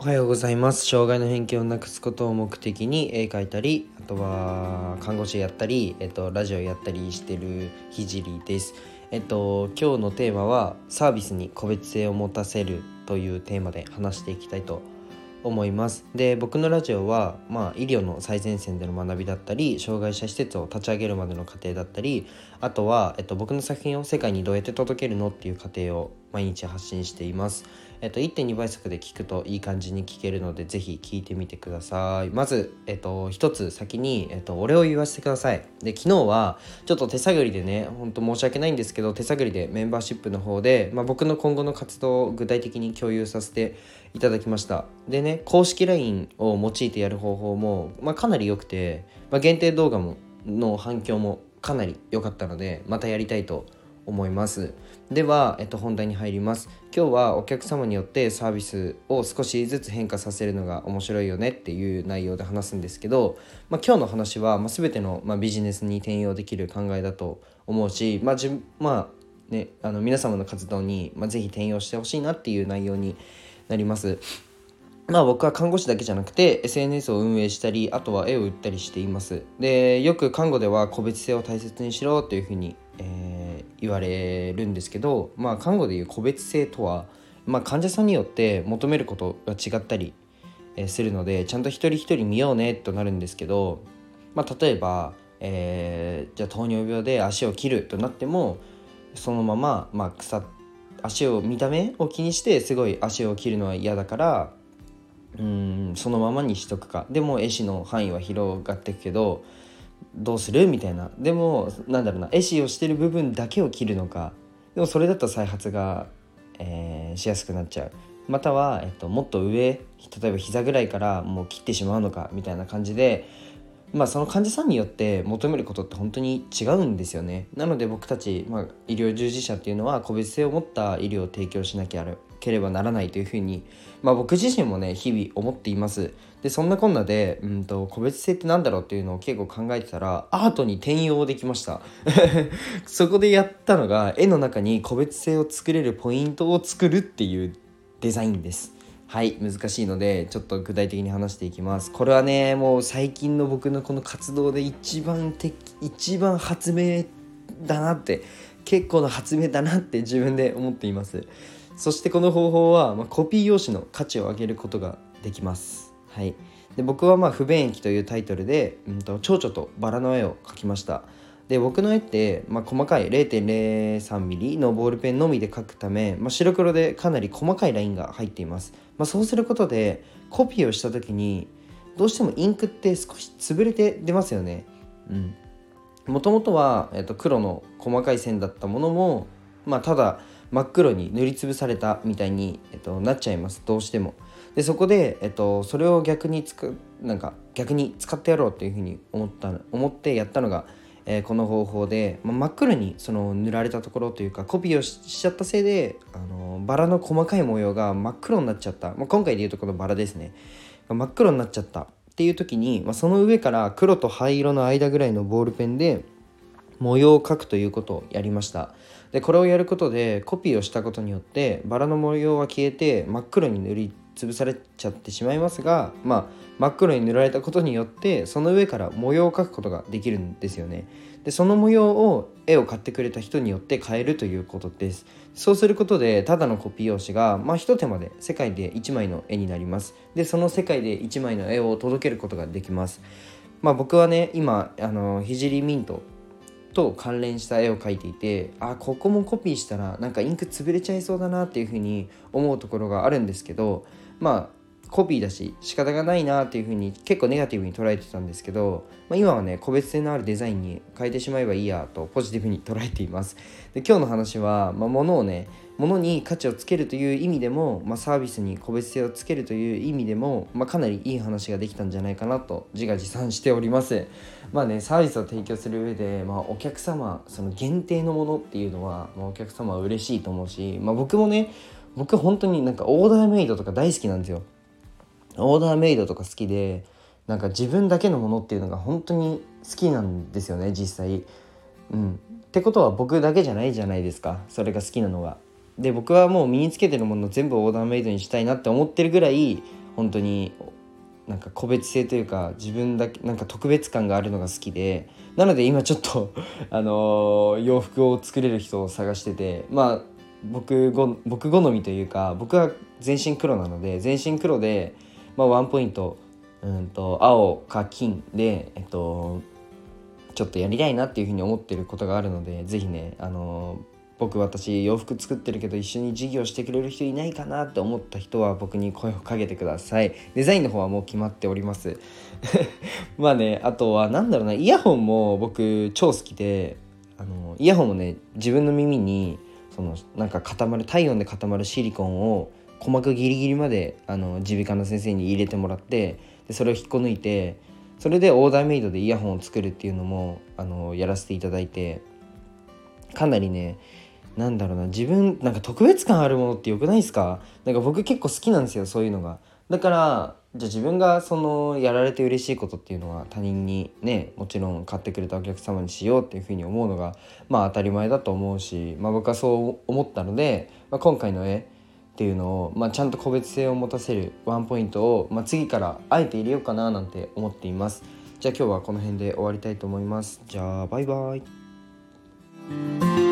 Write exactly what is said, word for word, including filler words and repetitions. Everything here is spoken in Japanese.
おはようございます。障害の偏見をなくすことを目的に絵描いたり、あとは看護師やったり、えっと、ラジオやったりしてるひじりです。えっと、今日のテーマはサービスに個別性を持たせるというテーマで話していきたいと思います。で、僕のラジオは、まあ、医療の最前線での学びだったり、障害者施設を立ち上げるまでの過程だったり、あとは、えっと、僕の作品を世界にどうやって届けるのっていう過程を毎日発信しています。えっと、いってんに 倍速で聞くといい感じに聞けるので、ぜひ聞いてみてください。まず、えっと、一つ先に、えっと、お礼を言わせてください。で、昨日はちょっと手探りでね、本当申し訳ないんですけど、手探りでメンバーシップの方で、まあ、僕の今後の活動を具体的に共有させていただきました。でね、公式 ライン を用いてやる方法も、まあ、かなり良くて、まあ、限定動画もの反響もかなり良かったので、またやりたいと思います。では、えっと、本題に入ります。今日はお客様によってサービスを少しずつ変化させるのが面白いよねっていう内容で話すんですけど、まあ、今日の話は、まあ、全ての、まあ、ビジネスに転用できる考えだと思うし、まあじまあね、あの皆様の活動に、まあ、ぜひ転用してほしいなっていう内容になります。まあ僕は看護師だけじゃなくて エスエヌエス を運営したり、あとは絵を売ったりしています。で、よく看護では個別性を大切にしろというふうに、えー、言われるんですけど、まあ看護でいう個別性とは、まあ、患者さんによって求めることが違ったり、えー、するので、ちゃんと一人一人見ようねとなるんですけど、まあ例えば、えー、じゃあ糖尿病で足を切るとなっても、そのまま、まあ、腐っ足を見た目を気にしてすごい足を切るのは嫌だから、うーんそのままにしとくか、でも絵師の範囲は広がっていくけどどうするみたいな、でもなんだろうな、絵師をしてる部分だけを切るのか、でもそれだと再発が、えーしやすくなっちゃう、または、えっと、もっと上、例えば膝ぐらいからもう切ってしまうのかみたいな感じで、まあ、その患者さんによって求めることって本当に違うんですよね。なので僕たち、まあ、医療従事者っていうのは個別性を持った医療を提供しなきゃければならないというふうに、まあ、僕自身もね日々思っています。で、そんなこんなで、うんと個別性ってなんだろうっていうのを結構考えてたら、アートに転用できましたそこでやったのが、絵の中に個別性を作れるポイントを作るっていうデザインです。はい、難しいのでちょっと具体的に話していきます。これはね、もう最近の僕のこの活動で一番的一番発明だなって、結構な発明だなって自分で思っています。そしてこの方法は、まあ、コピー用紙の価値を上げることができます。はい。で、僕はまあ不便益というタイトルで、うんと、蝶々とバラの絵を描きました。で、僕の絵って、まあ、細かい れいてんれいさんミリのボールペンのみで描くため、まあ、白黒でかなり細かいラインが入っています。まあ、そうすることでコピーをした時にどうしてもインクって少し潰れて出ますよね。うん。もともとは、えっと、黒の細かい線だったものも、まあ、ただ真っ黒に塗りつぶされたみたいに、えっと、なっちゃいます、どうしても。で、そこで、えっと、それを逆につくなんか逆に使ってやろうっていうふうに思った思ってやったのが、えーこの方法で、まあ、真っ黒にその塗られたところというかコピーをししちゃったせいで、あのバラの細かい模様が真っ黒になっちゃった、まあ、今回でいうとこのバラですね、真っ黒になっちゃったっていう時に、まあ、その上から黒と灰色の間ぐらいのボールペンで模様を描くということをやりました。で、これをやることでコピーをしたことによってバラの模様は消えて真っ黒に塗りつぶされちゃってしまいますが、まあ、真っ黒に塗られたことによってその上から模様を描くことができるんですよね。で、その模様を絵を買ってくれた人によって変えるということです。そうすることでただのコピー用紙が、まあ、一手間で世界でいちまいの絵になります。で、その世界でいちまいの絵を届けることができます。まあ、僕はね今あのひじりミントと関連した絵を描いていて、あ、ここもコピーしたらなんかインク潰れちゃいそうだなっていうふうに思うところがあるんですけど、まあコピーだし仕方がないなっていうふうに結構ネガティブに捉えてたんですけど、まあ、今はね個別性のあるデザインに変えてしまえばいいやとポジティブに捉えています。で、今日の話は、まあ、物をね物に価値をつけるという意味でも、まあ、サービスに個別性をつけるという意味でも、まあ、かなりいい話ができたんじゃないかなと自画自賛しております。まあね、サービスを提供する上で、まあ、お客様その限定のものっていうのは、まあ、お客様は嬉しいと思うし、まあ、僕もね僕本当になんかオーダーメイドとか大好きなんですよ。オーダーメイドとか好きで、なんか自分だけのものっていうのが本当に好きなんですよね、実際。うん。ってことは僕だけじゃないじゃないですか、それが好きなのは。で、僕はもう身につけてるもの全部オーダーメイドにしたいなって思ってるぐらい本当になんか個別性というか自分だけなんか特別感があるのが好きで、なので今ちょっとあのー洋服を作れる人を探してて、まあ僕ご僕好みというか、僕は全身黒なので全身黒で、まあ、ワンポイントうんと青か金で、えっと、ちょっとやりたいなっていうふうに思ってることがあるので、ぜひね、あの僕私洋服作ってるけど一緒に事業してくれる人いないかなって思った人は僕に声をかけてください。デザインの方はもう決まっておりますまあね、あとはなんだろうな、イヤホンも僕超好きで、あのイヤホンもね、自分の耳にそのなんか固まる体温で固まるシリコンを鼓膜ギリギリまであの耳鼻科の先生に入れてもらって、でそれを引っこ抜いて、それでオーダーメイドでイヤホンを作るっていうのもあのやらせていただいて、かなりね、なんだろうな、自分なんか特別感あるものって良くないですか？なんか僕結構好きなんですよ、そういうのが。だからじゃあ自分がそのやられて嬉しいことっていうのは他人にね、もちろん買ってくれたお客様にしようっていうふうに思うのがまあ当たり前だと思うし、まあ、僕はそう思ったので、まあ、今回の絵っていうのを、まあ、ちゃんと個別性を持たせるワンポイントを、まあ、次からあえて入れようかななんて思っています。じゃあ今日はこの辺で終わりたいと思います。じゃあバイバイ。